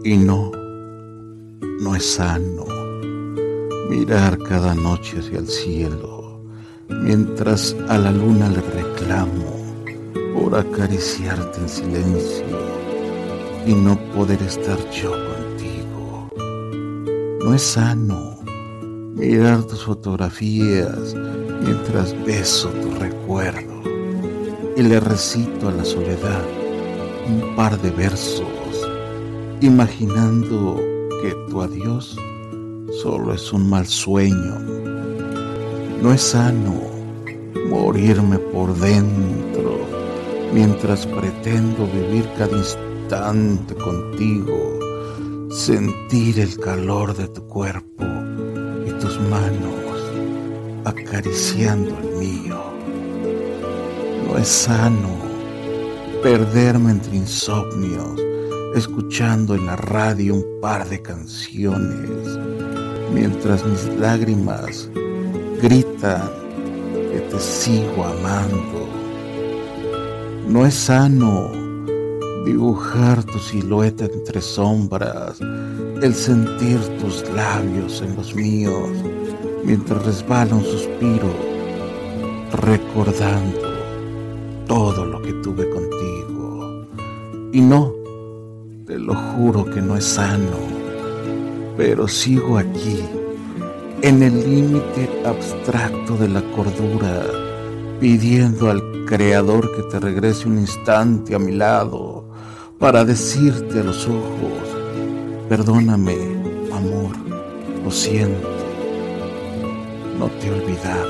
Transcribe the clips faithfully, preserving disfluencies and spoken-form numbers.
Y no, no es sano mirar cada noche hacia el cielo, mientras a la luna le reclamo por acariciarte en silencio y no poder estar yo contigo. No es sano mirar tus fotografías mientras beso tu recuerdo y le recito a la soledad un par de versos, imaginando que tu adiós solo es un mal sueño. No es sano morirme por dentro mientras pretendo vivir cada instante contigo, sentir el calor de tu cuerpo y tus manos acariciando el mío. No es sano perderme entre insomnios, escuchando en la radio un par de canciones, mientras mis lágrimas gritan que te sigo amando. No es sano dibujar tu silueta entre sombras, el sentir tus labios en los míos, mientras resbala un suspiro, recordando todo lo que tuve contigo. Y no, te lo juro que no es sano, pero sigo aquí, en el límite abstracto de la cordura, pidiendo al Creador que te regrese un instante a mi lado, para decirte a los ojos: perdóname, amor, lo siento, no te he olvidado.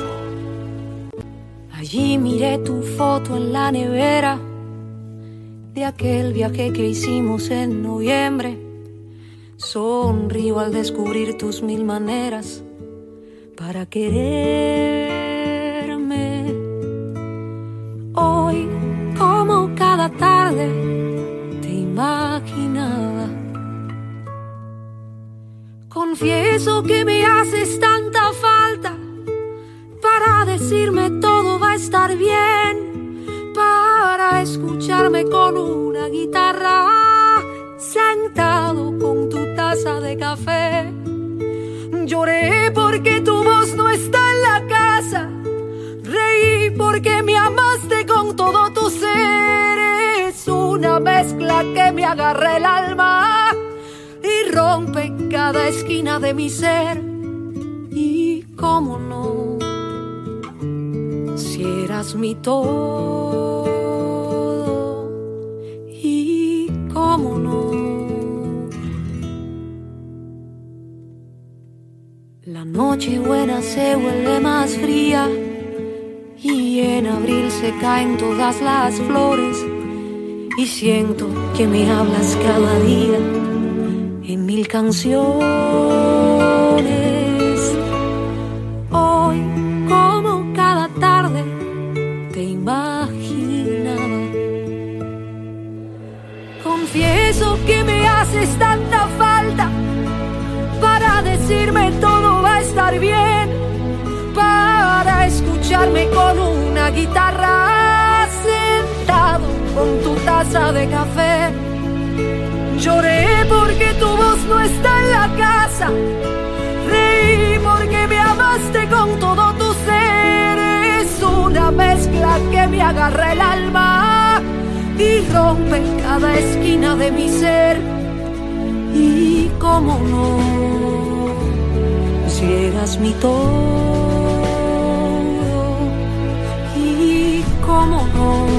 Allí miré tu foto en la nevera de aquel viaje que hicimos en noviembre. Sonrío al descubrir tus mil maneras para quererme. Hoy, como cada tarde, te imaginaba. Confieso que me haces tanta falta para decirme todo va a estar bien, para escucharme con una guitarra, sentado con tu taza de café. Lloré porque tu voz no está en la casa, reí porque me amaste con todo tu ser. Es una mezcla que me agarra el alma y rompe en cada esquina de mi ser. Y cómo no, si eras mi todo, y cómo no. La noche buena se vuelve más fría y en abril se caen todas las flores, y siento que me hablas cada día en mil canciones. Hoy, como cada tarde, te imaginaba. Confieso que me haces tanta falta para decirme todo va a estar bien, para escucharme con una guitarra, sentado con tu taza de café. Lloré porque tu voz no está en la casa, reí porque me amaste con todo tu ser. Es una mezcla que me agarra el alma y rompe en cada esquina de mi ser. Y cómo no, si eras mi todo, y cómo no.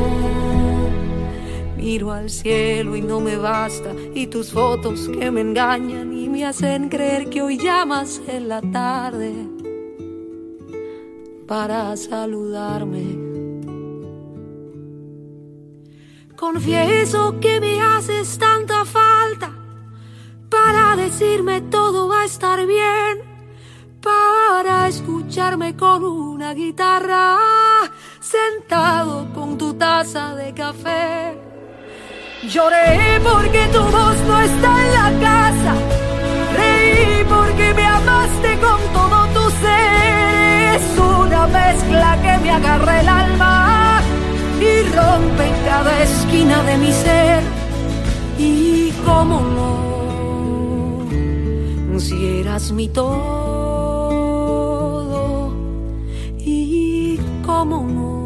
Miro al cielo y no me basta, y tus fotos que me engañan y me hacen creer que hoy llamas en la tarde para saludarme. Confieso que me haces tanta falta para decirme todo va a estar bien, para escucharme con una guitarra, sentado con tu taza de café. Lloré porque tu voz no está en la casa, reí porque me amaste con todo tu ser. Es una mezcla que me agarra el alma y rompe en cada esquina de mi ser. Y cómo no, que eras mi todo y cómo no.